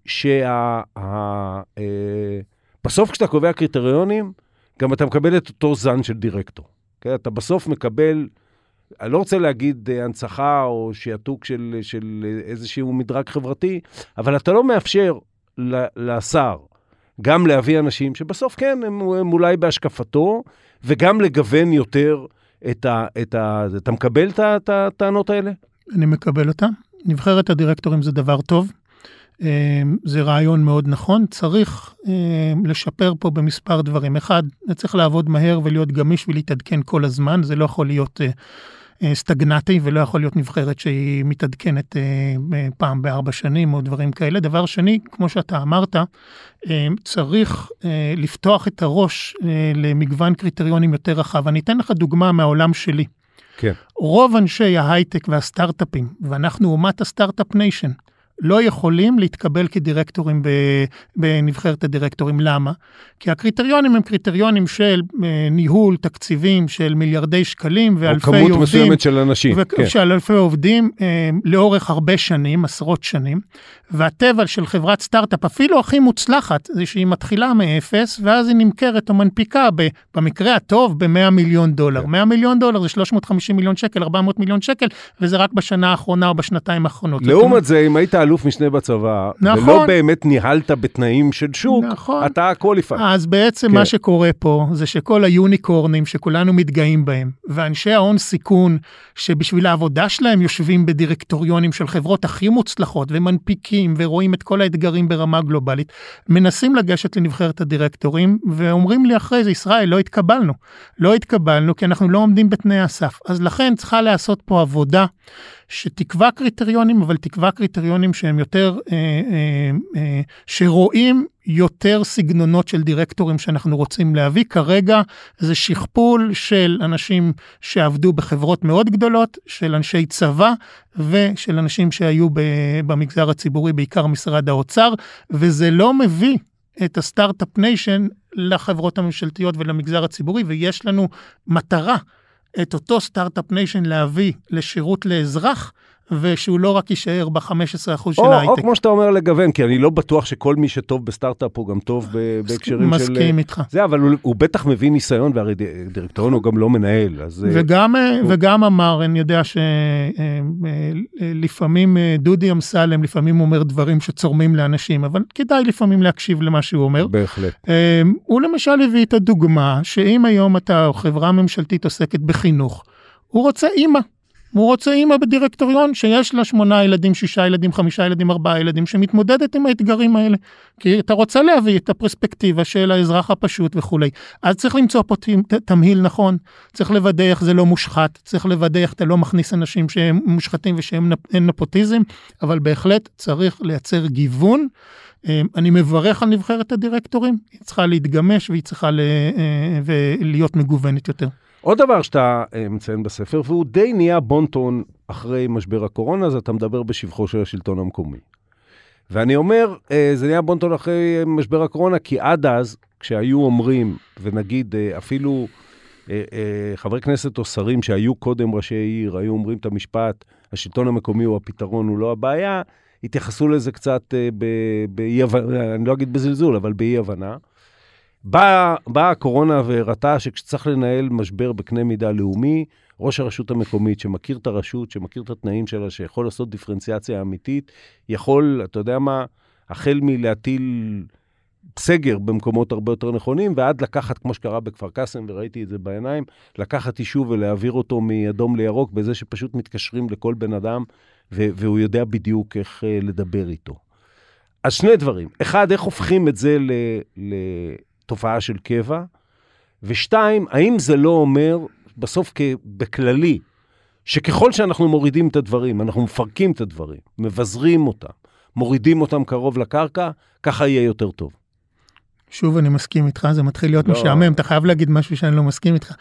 בסוף כשאתה קובע קריטריונים, גם אתה מקבל את אותו זן של דירקטור. Okay? אתה בסוף מקבל, אני לא רוצה להגיד הנצחה או שיעתוק של איזשהו מדרג חברתי, אבל אתה לא מאפשר לשר גם להביא אנשים שבסוף כן, הם אולי בהשקפתו, וגם לגוון יותר אתה מקבל את הטענות האלה? אני מקבל אותם. נבחרת הדירקטורים זה דבר טוב. זה רעיון מאוד נכון, צריך לשפר פה במספר דברים. אחד, צריך לעבוד מהר ולהיות גמיש ולהתעדכן כל הזמן, זה לא יכול להיות סטגנטי ולא יכול להיות נבחרת שהיא מתעדכנת פעם ב4 שנים או דברים כאלה. דבר שני, כמו שאתה אמרת, צריך לפתוח את הראש למגוון קריטריונים יותר רחב. אני אתן לך דוגמה מהעולם שלי. כן. רוב אנשי ההייטק והסטארט-אפים, ואנחנו אומת הסטארט-אפ ניישן, לא יכולים להתקבל כדירקטורים בנבחרת הדירקטורים. למה? כי הקריטריונים הם קריטריונים של ניהול תקציבים של מיליארדי שקלים ואלפי עובדים. או כמות מסוימת של אנשים. של אלפי עובדים לאורך הרבה שנים, עשרות שנים. והטבע של חברת סטארט-אפ, אפילו הכי מוצלחת, זה שהיא מתחילה מאפס, ואז היא נמכרת או מנפיקה במקרה הטוב ב$100 מיליון. $100 מיליון זה 350 מיליון שקל, 400 מיליון שקל, וזה רק בשנה האחרונה או בשנתיים האחרונות. לעומת זה, אם היית אלוף משנה בצבא, נכון, ולא באמת ניהלת בתנאים של שוק, נכון, אתה קוליפיי. אז בעצם כן. מה שקורה פה, זה שכל היוניקורנים שכולנו מתגאים בהם, ואנשי ההון סיכון, שבשביל העבודה שלהם יושבים בדירקטוריונים של חברות הכי מוצלחות, ומנפיקים, ורואים את כל האתגרים ברמה גלובלית, מנסים לגשת לנבחרת הדירקטורים, ואומרים לי אחרי זה, ישראל, לא התקבלנו, כי אנחנו לא עומדים בתנאי הסף. אז לכן צריכה לעשות פה עבודה, שתקבע קריטריונים, אבל תקבע קריטריונים שהם יותר, שרואים יותר סגנונות של דירקטורים שאנחנו רוצים להביא. כרגע זה שכפול של אנשים שעבדו בחברות מאוד גדולות, של אנשי צבא, ושל אנשים שהיו במגזר הציבורי, בעיקר משרד האוצר, וזה לא מביא את הסטארט-אפ ניישן לחברות הממשלתיות ולמגזר הציבורי, ויש לנו מטרה, את אותו סטארט-אפ ניישן להביא לשירות לאזרח, ושהוא לא רק יישאר ב-15% של ההייטק. או כמו שאתה אומר לגוון, כי אני לא בטוח שכל מי שטוב בסטארט-אפ הוא גם טוב בהקשרים של... מסכים איתך. זה, אבל הוא בטח מביא ניסיון, והרי דירקטוריון הוא גם לא מנהל. וגם אמר, אני יודע שלפעמים דודי אמסלם, לפעמים הוא אומר דברים שצורמים לאנשים, אבל כדאי לפעמים להקשיב למה שהוא אומר. בהחלט. הוא למשל הביא את הדוגמה, שאם היום אתה, חברה ממשלתית עוסקת בחינוך, הוא רוצה אימא. הוא רוצה אימא בדירקטוריון שיש לה 8 ילדים, 6 ילדים, 5 ילדים, 4 ילדים, שמתמודדת עם האתגרים האלה. כי אתה רוצה להביא את הפרספקטיבה של האזרח הפשוט וכו'. אז צריך למצוא פה תמהיל נכון, צריך לוודא איך זה לא מושחת, צריך לוודא איך אתה לא מכניס אנשים שהם מושחתים ושהם נפוטיזם, אבל בהחלט צריך לייצר גיוון. אני מברך על נבחרת הדירקטורים, היא צריכה להתגמש והיא צריכה להיות מגוונת יותר. עוד דבר שאתה מציין בספר, והוא די נהיה בונטון אחרי משבר הקורונה, אז אתה מדבר בשבחו של השלטון המקומי. ואני אומר, זה נהיה בונטון אחרי משבר הקורונה, כי עד אז, כשהיו אומרים, ונגיד אפילו חברי כנסת או שרים שהיו קודם ראשי עיר, היו אומרים את המשפט, השלטון המקומי הוא הפתרון, הוא לא הבעיה, התייחסו לזה קצת באי-הבנה, אני לא אגיד בזלזול, אבל באי-הבנה. באה הקורונה והראתה שכשצריך לנהל משבר בקנה מידה לאומי, ראש הרשות המקומית שמכיר את הרשות, שמכיר את התנאים שלה, שיכול לעשות דיפרנציאציה אמיתית, יכול, אתה יודע מה, החל מלהטיל סגר במקומות הרבה יותר נכונים, ועד לקחת, כמו שקרה בכפר קאסם, וראיתי את זה בעיניים, לקחת יישוב ולהעביר אותו מאדום לירוק, בזה שפשוט מתקשרים לכל בן אדם, והוא יודע בדיוק איך לדבר איתו. אז שני דברים. אחד, איך הופכים את זה לתופעה של קבע, ושתיים, האם זה לא אומר, בסוף בכללי, שככל שאנחנו מורידים את הדברים, אנחנו מפרקים את הדברים, מבזרים אותם, מורידים אותם קרוב לקרקע, ככה יהיה יותר טוב. שוב, אני מסכים איתך, זה מתחיל להיות משעמם, אתה חייב להגיד משהו שאני לא מסכים איתך.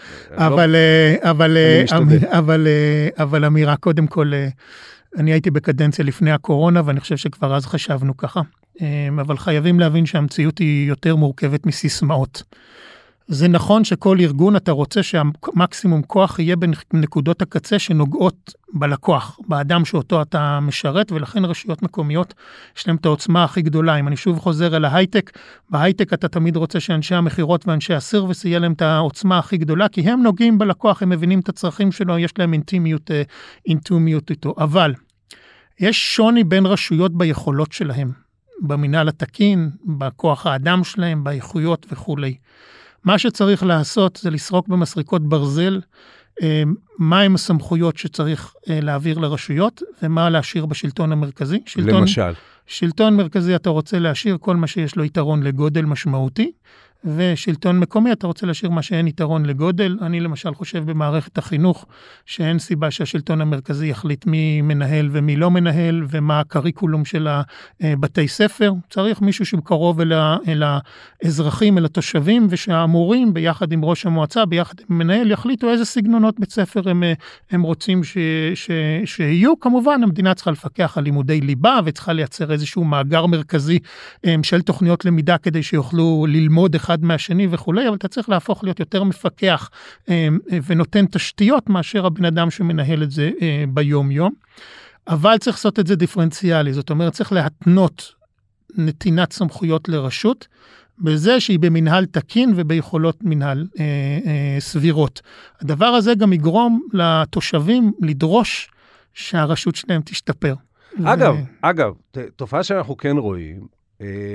אבל אמירה, קודם כל, אני הייתי בקדנציה לפני הקורונה, ואני חושב שכבר אז חשבנו ככה. אבל חייבים להבין שהמציאות היא יותר מורכבת מסיסמאות. זה נכון שכל ארגון אתה רוצה שהמקסימום כוח יהיה בנקודות הקצה שנוגעות בלקוח, באדם שאותו אתה משרת, ולכן רשויות מקומיות יש להם את העוצמה הכי גדולה. אם אני שוב חוזר אל ההייטק, בהייטק אתה תמיד רוצה שאנשי המחירות ואנשי הסרוויס יהיה להם את העוצמה הכי גדולה, כי הם נוגעים בלקוח, הם מבינים את הצרכים שלו, יש להם אינטימיות איתו. אבל יש שוני בין רשויות ביכולות שלהם, במנהל התקין, בכוח האדם שלהם, באיכויות וכו'. מה שצריך לעשות זה לסרוק במסריקות ברזל, מהם הסמכויות שצריך להעביר לרשויות, ומה להשאיר בשלטון המרכזי. למשל. שלטון מרכזי אתה רוצה להשאיר כל מה שיש לו יתרון לגודל משמעותי, ושלטון מקומי אתה רוצה להשאיר מה שאין יתרון לגודל. אני למשל חושב במערכת החינוך, שאין סיבה שהשלטון המרכזי יחליט מי מנהל ומי לא מנהל, ומה הקריקולום של הבתי ספר. צריך מישהו שהוא קרוב אל האזרחים, אל התושבים, ושהמורים ביחד עם ראש המועצה, ביחד עם מנהל, יחליטו איזה סגנונות בית ספר הם רוצים שיהיו. כמובן, המדינה צריכה לפקח על לימודי ליבה, וצריכה לייצר איזשהו מאגר מרכזי של תוכניות למידה, כדי שיוכלו ללמוד אחד מהשני וכו', אבל אתה צריך להפוך להיות יותר מפקח ונותן תשתיות מאשר הבן אדם שמנהל את זה ביום יום. אבל צריך לעשות את זה דיפרנציאלי, זאת אומרת צריך להתנות נתינת סמכויות לרשות, בזה שהיא במנהל תקין וביכולות מנהל סבירות. הדבר הזה גם יגרום לתושבים לדרוש שהרשות שלהם תשתפר. אגב, תופעה שאנחנו כן רואים,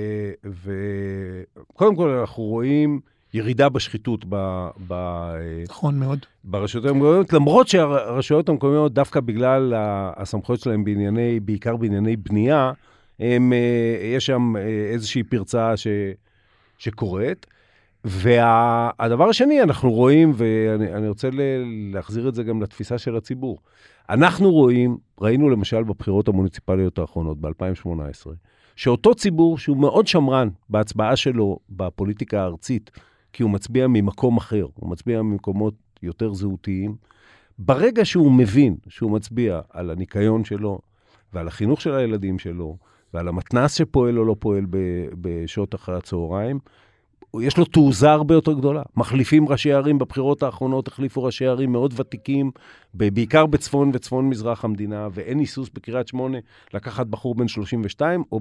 וקודם כל אנחנו רואים ירידה בשחיתות נכון מאוד. ברשויות המקומיות, למרות שהרשויות המקומיות דווקא בגלל הסמכויות שלהם בעיקר בענייני בנייה, יש שם איזושהי פרצה שקורית. והדבר השני, אנחנו רואים, ואני רוצה להחזיר את זה גם לתפיסה של הציבור, אנחנו ראינו למשל בבחירות המוניציפליות האחרונות ב-2018, שאותו ציבור שהוא מאוד שמרן בהצבעה שלו בפוליטיקה הארצית, כי הוא מצביע ממקום אחר, הוא מצביע ממקומות יותר זהותיים, ברגע שהוא מבין שהוא מצביע על הניקיון שלו, ועל החינוך של הילדים שלו, ועל המתנ"ס שפועל או לא פועל בשעות אחרי הצהריים, יש לו תעוזה הרבה יותר גדולה. מחליפים ראשי ערים בבחירות האחרונות, החליפו ראשי ערים מאוד ותיקים, בעיקר בצפון וצפון מזרח המדינה, ואין היסוס בקריית שמונה לקחת בחור בן 32, או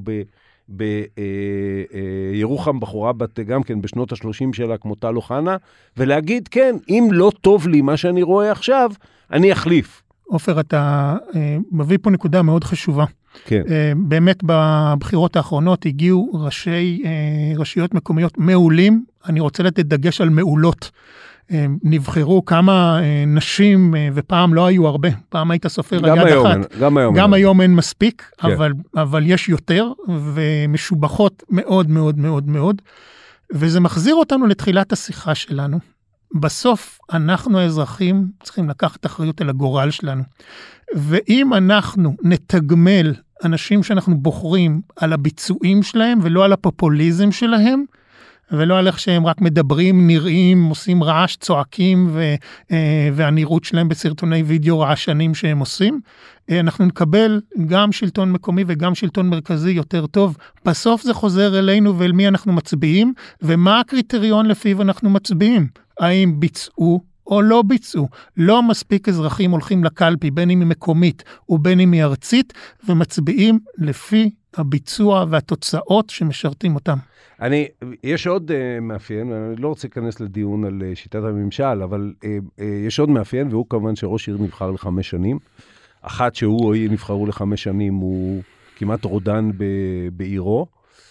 בירוחם בחורה בת גם כן בשנות ה-30 שלה כמו טל אוחנה, ולהגיד כן, אם לא טוב לי מה שאני רואה עכשיו, אני אחליף. עופר, אתה מביא פה נקודה מאוד חשובה. כן. באמת בבחירות האחרונות הגיעו רשויות מקומיות מעולים, אני רוצה לתת דגש על מעולות, נבחרו כמה נשים, ופעם לא היו הרבה, פעם היית סופר על יד אחת. גם היום אין מספיק, אבל יש יותר, ומשובחות מאוד מאוד מאוד מאוד, וזה מחזיר אותנו לתחילת השיחה שלנו. בסוף אנחנו האזרחים צריכים לקחת אחריות על הגורל שלנו. ואם אנחנו נתגמל אנשים שאנחנו בוחרים על הביצועים שלהם, ולא על הפופוליזם שלהם, ולא על איך שהם רק מדברים, נראים, עושים רעש, צועקים, והנראות שלהם בסרטוני וידאו רעשנים שהם עושים, אנחנו נקבל גם שלטון מקומי וגם שלטון מרכזי יותר טוב. בסוף זה חוזר אלינו ואל מי אנחנו מצביעים, ומה הקריטריון לפיו אנחנו מצביעים. האם ביצעו או לא ביצעו. לא מספיק אזרחים הולכים לקלפי, בין אם היא מקומית ובין אם היא ארצית, ומצביעים לפי הביצוע והתוצאות שמשרתים אותם. יש עוד מאפיין, אני לא רוצה להיכנס לדיון על שיטת הממשל, אבל יש עוד מאפיין, והוא כמובן שראש עיר נבחר ל5 שנים. אחת שהוא או היא נבחרו ל5 שנים, הוא כמעט רודן בעירו.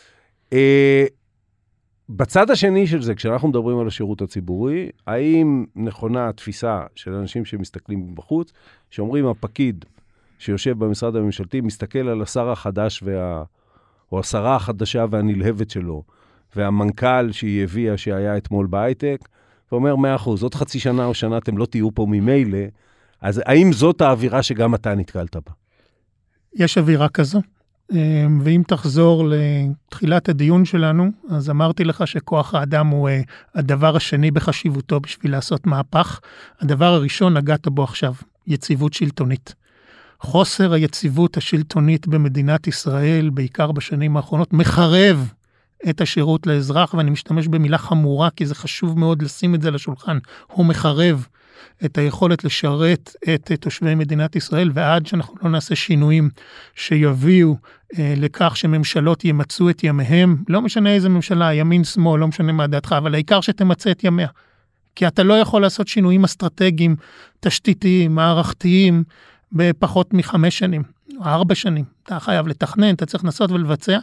בצד השני של זה, כשאנחנו מדברים על השירות הציבורי, האם נכונה התפיסה של אנשים שמסתכלים בחוץ, שאומרים הפקיד שיושב במשרד הממשלתי, מסתכל על השר החדש או השרה החדשה והנלהבת שלו, והמנכ"ל שהיא הביאה שהיה אתמול בהייטק, ואומר 100%, עוד חצי שנה או שנה אתם לא תהיו פה ממילא, אז האם זאת האווירה שגם אתה נתקלת בה? יש אווירה כזו. ואם תחזור לתחילת הדיון שלנו, אז אמרתי לך שכוח האדם הוא הדבר השני בחשיבותו בשביל לעשות מהפך. הדבר הראשון נגעת בו עכשיו, יציבות שלטונית. חוסר היציבות השלטונית במדינת ישראל, בעיקר בשנים האחרונות, מחרב את השירות לאזרח, ואני משתמש במילה חמורה, כי זה חשוב מאוד לשים את זה לשולחן. הוא מחרב את היכולת לשרת את תושבי מדינת ישראל, ועד שאנחנו לא נעשה שינויים שיביאו לכך שממשלות ימצאו את ימיהם, לא משנה איזה ממשלה, ימין, שמאל, לא משנה מה דעתך, אבל העיקר שתמצא את ימיה. כי אתה לא יכול לעשות שינויים אסטרטגיים, תשתיתיים, מערכתיים, בפחות מ5 שנים, 4 שנים. אתה חייב לתכנן, אתה צריך לנסות ולבצע,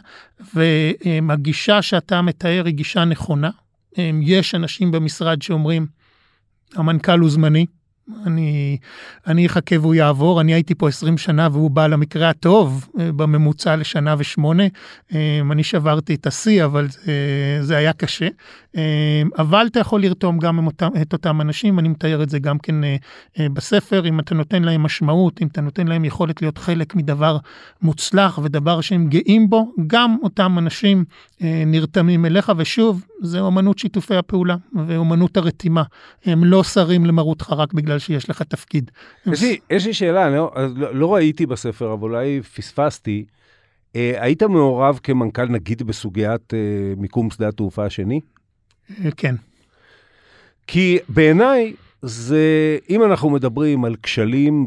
והגישה שאתה מתאר היא גישה נכונה. יש אנשים במשרד שאומרים, המנכ"ל הוא זמני, אני אחכה והוא יעבור, אני הייתי פה 20 שנה והוא בא למקרה הטוב, בממוצע לשנה ו8, אני שברתי את השיא, אבל זה היה קשה, אבל אתה יכול לרתום גם את אותם אנשים, אני מתאר את זה גם כן בספר, אם אתה נותן להם משמעות, אם אתה נותן להם יכולת להיות חלק מדבר מוצלח, ודבר שהם גאים בו, גם אותם אנשים נרתמים אליך, ושוב, זה אומנות שיתופי הפעולה, ואומנות הרתימה, הם לא שרים למרותך רק בגלל שיש לך תפקיד. יש לי שאלה, לא ראיתי בספר, אבל אולי פספסתי, היית מעורב כמנכ"ל נגיד בסוגיית מיקום שדה התעופה השני? כן. כי בעיניי, אם אנחנו מדברים על כשלים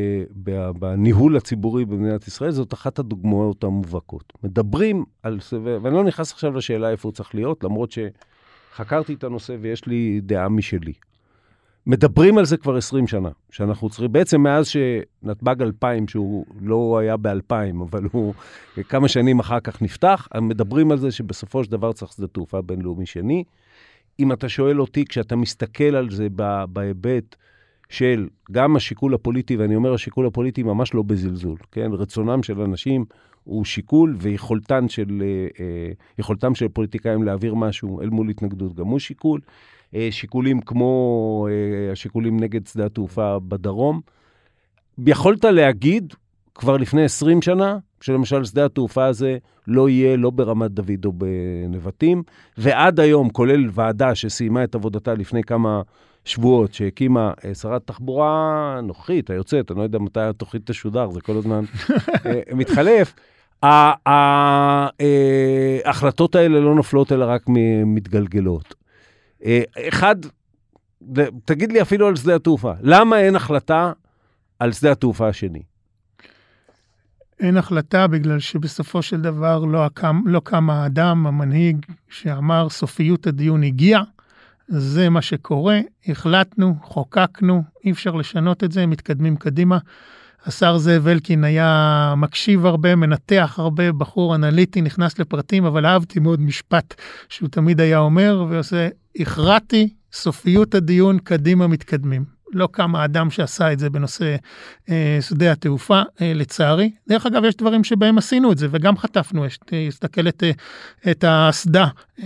בניהול הציבורי במדינת ישראל, זאת אחת הדוגמאות המובהקות. מדברים על זה, ואני לא נכנס עכשיו לשאלה איפה הוא צריך להיות, למרות שחקרתי את הנושא ויש לי דעה משלי. מדברים על זה כבר 20 שנה, שאנחנו צריכים, בעצם מאז שנתב"ג 2000, שהוא לא היה ב-2000, אבל הוא כמה שנים אחר כך נפתח, מדברים על זה שבסופו של דבר צריך שדה תעופה בינלאומי שני. אם אתה שואל אותי, כשאתה מסתכל על זה בהיבט של גם השיקול הפוליטי, ואני אומר השיקול הפוליטי ממש לא בזלזול, כן? רצונם של אנשים הוא שיקול, ויכולתם של פוליטיקאים להעביר משהו אל מול התנגדות, גם הוא שיקול. שיקולים כמו השיקולים נגד שדה התעופה בדרום. יכולת להגיד כבר לפני 20 שנה, שלמשל שדה התעופה הזה לא יהיה לא ברמת דוד או בנבטים, ועד היום, כולל ועדה שסיימה את עבודתה לפני כמה שבועות, שהקימה שרת תחבורה נוכחית, היוצאת, אני לא יודע מתי התוכנית תשודר, זה כל הזמן מתחלף. ההחלטות האלה לא נופלות אלא רק מתגלגלות. אחד, תגיד לי אפילו על שדה התעופה, למה אין החלטה על שדה התעופה השני? אין החלטה בגלל שבסופו של דבר לא קם האדם, המנהיג שאמר סופיות הדיון הגיע, זה מה שקורה, החלטנו, חוקקנו, אי אפשר לשנות את זה, מתקדמים קדימה. השר זאב אלקין היה מקשיב הרבה, מנתח הרבה, בחור אנליטי, נכנס לפרטים, אבל אהבתי מאוד משפט שהוא תמיד היה אומר, ועושה, הכרעתי, סופיות הדיון, קדימה מתקדמים. לא כמה אדם שעשה את זה בנושא שדה התעופה, לצערי. דרך אגב, יש דברים שבהם עשינו את זה, וגם חטפנו, הסתכל את הסדה,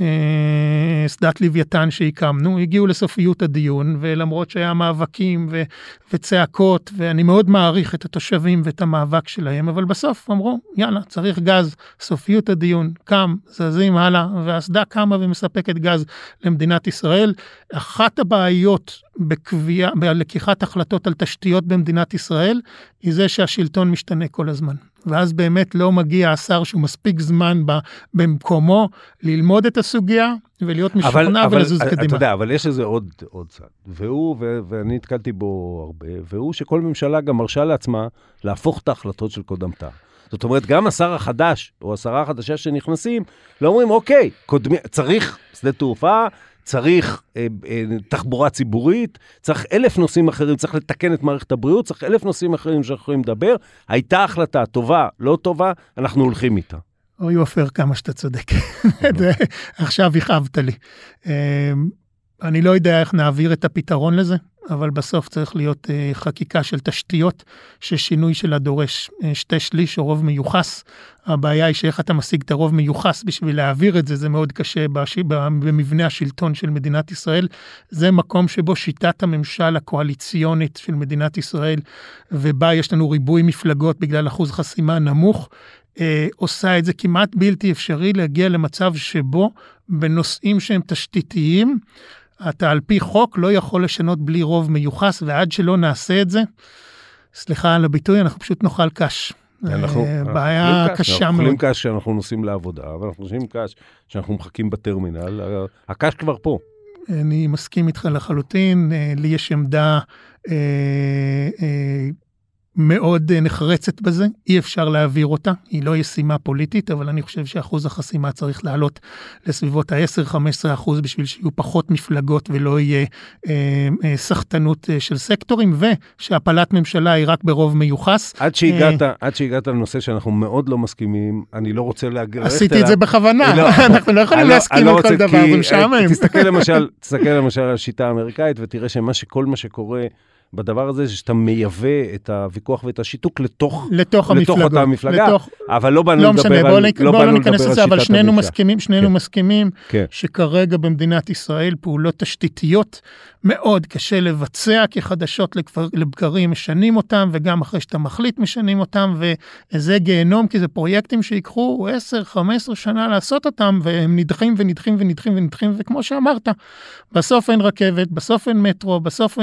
סדת לוויתן שהקמנו, הגיעו לסופיות הדיון, ולמרות שהיה מאבקים וצעקות, ואני מאוד מעריך את התושבים ואת המאבק שלהם, אבל בסוף אמרו, יאללה, צריך גז, סופיות הדיון, קם, זזים הלאה, והסדה קמה ומספקת גז למדינת ישראל. אחת הבעיות בלקיחת החלטות על תשתיות במדינת ישראל, היא זה שהשלטון משתנה כל הזמן. ואז באמת לא מגיע השר שהוא מספיק זמן במקומו ללמוד את הסוגיה ולהיות משוכנע ולזוז קדימה. אתה יודע, אבל יש איזה עוד צד. והוא, ואני התקלתי בו הרבה, והוא שכל ממשלה גם מרשה לעצמה להפוך את ההחלטות של קודמתה. זאת אומרת, גם השר החדש, או השרה החדשה שנכנסים, לא אומרים, אוקיי, צריך שדה תעופה, צריך תחבורה ציבורית, צריך 1,000 נושאים אחרים, צריך לתקן את מערכת הבריאות, צריך 1,000 נושאים אחרים שאנחנו לדבר. הייתה החלטה טובה, לא טובה, אנחנו הולכים איתה. אוי אופר, כמה שאתה צודק. עכשיו הכאבת לי. אני לא יודע איך נעביר את הפתרון לזה, אבל בסוף צריך להיות חקיקה של תשתיות, ששינוי שלה דורש 2/3 או רוב מיוחס. הבעיה היא שאיך אתה משיג את הרוב מיוחס בשביל להעביר את זה, זה מאוד קשה במבנה השלטון של מדינת ישראל. זה מקום שבו שיטת הממשל הקואליציונית של מדינת ישראל, ובה יש לנו ריבוי מפלגות בגלל אחוז חסימה נמוך, עושה את זה כמעט בלתי אפשרי להגיע למצב שבו בנושאים שהם תשתיתיים, אתה על פי חוק לא יכול לשנות בלי רוב מיוחס, ועד שלא נעשה את זה, סליחה על הביטוי, אנחנו פשוט נאכל קש. בעיה קשה מאוד. אנחנו אוכלים קש כשאנחנו נוסעים לעבודה, אבל אנחנו נוסעים קש כשאנחנו מחכים בטרמינל, הקש כבר פה. אני מסכים איתך לחלוטין, לי יש עמדה מאוד נחרצת בזה, אי אפשר להעביר אותה, היא לא ישימה פוליטית, אבל אני חושב שאחוז החסימה צריך לעלות לסביבות ה-10-15% בשביל שיהיו פחות מפלגות ולא יהיה סחטנות של סקטורים, ושהפלת ממשלה היא רק ברוב מיוחס. עד שהגעת לנושא שאנחנו מאוד לא מסכימים, אני לא רוצה עשיתי את זה בכוונה, אנחנו לא יכולים להסכים על כל דבר, זה משעמם. תסתכל למשל על השיטה האמריקאית, ותראה שכל מה שקורה בדבר הזה, שאתה מייבא את הוויכוח ואת השיתוק לתוך אותה מפלגה, אבל לא באנו לדבר על שיטת אבל שנינו מסכימים שכרגע במדינת ישראל פעולות תשתיתיות מאוד קשה לבצע, כי חדשות לבקרים משנים אותם, וגם אחרי שאתה מחליט משנים אותם, וזה גיהנום, כי זה פרויקטים שיקחו 10-15 שנה לעשות אותם, והם נדחים ונדחים ונדחים ונדחים, וכמו שאמרת, בסוף אין רכבת, בסוף אין מטרו, בסוף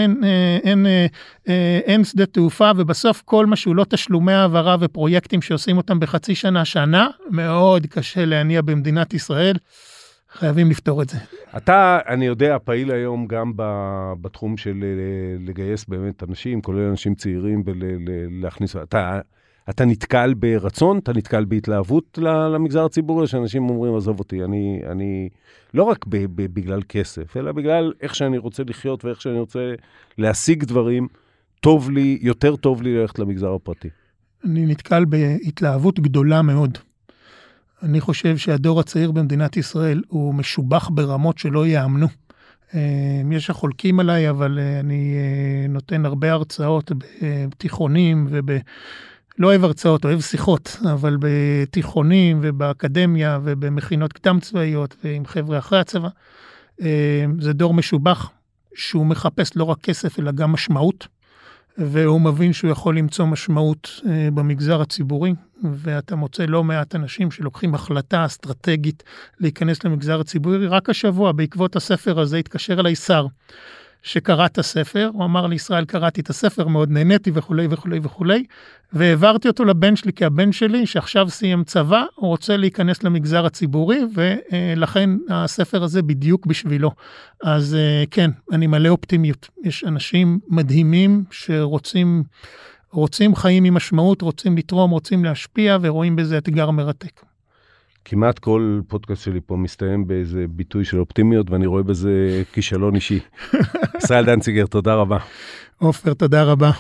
אין שדה תעופה, ובסוף כל מה שהוא לא תשלומי העברה ופרויקטים שעושים אותם בחצי שנה, מאוד קשה להניע במדינת ישראל, חייבים לפתור את זה. אתה, אני יודע, פעיל היום גם בתחום של לגייס באמת אנשים, כולל אנשים צעירים, ולהכניס, אתה נתקל ברצון, אתה נתקל בהתלהבות למגזר הציבורי, שאנשים אומרים, עזוב אותי, אני לא רק בגלל כסף, אלא בגלל איך שאני רוצה לחיות, ואיך שאני רוצה להשיג דברים, יותר טוב לי ללכת למגזר הפרטי. אני נתקל בהתלהבות גדולה מאוד. אני חושב שהדור הצעיר במדינת ישראל הוא משובח ברמות שלא יאמנו. יש שחולקים עליי, אבל אני נותן הרבה הרצאות בתיכונים לא אוהב הרצאות, אוהב שיחות, אבל בתיכונים ובאקדמיה ובמכינות קדם צבאיות ועם חבר'ה אחרי הצבא. זה דור משובח שהוא מחפש לא רק כסף אלא גם משמעות, והוא מבין שהוא יכול למצוא משמעות במגזר הציבורי, ואתה מוצא לא מעט אנשים שלוקחים החלטה אסטרטגית להיכנס למגזר הציבורי. רק השבוע בעקבות הספר הזה התקשר אליי שר שקרא את הספר, הוא אמר לי, ישראל, קראתי את הספר, מאוד נהניתי וכולי וכולי וכולי, והעברתי אותו לבן שלי, כי הבן שלי שעכשיו סיים צבא, הוא רוצה להיכנס למגזר הציבורי, ולכן הספר הזה בדיוק בשבילו. אז כן, אני מלא אופטימיות. יש אנשים מדהימים שרוצים חיים עם משמעות, רוצים לתרום, רוצים להשפיע, ורואים בזה אתגר מרתק. כמעט כל פודקאסט שלי פה מסתיים באיזה ביטוי של אופטימיות, ואני רואה בזה כישלון אישי. ישראל דנציגר, תודה רבה. עופר, תודה רבה.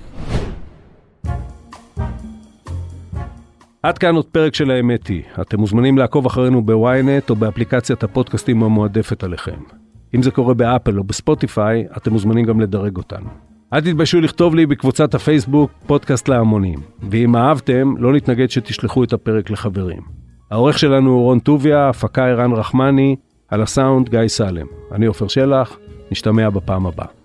עד כאן עוד פרק של האמת היא. אתם מוזמנים לעקוב אחרינו בוויינט או באפליקציית הפודקאסטים המועדפת עליכם. אם זה קורה באפל או בספוטיפיי, אתם מוזמנים גם לדרג אותנו. אל תתביישו לכתוב לי בקבוצת הפייסבוק פודקאסט להמונים, ואם אהבתם, לא נתנגד שתשלחו את הפרק לחברים. העורך שלנו הוא רון טוביה, הפקה ערן רחמני, על הסאונד גיא סלם. אני עופר שלח, נשתמע בפעם הבאה.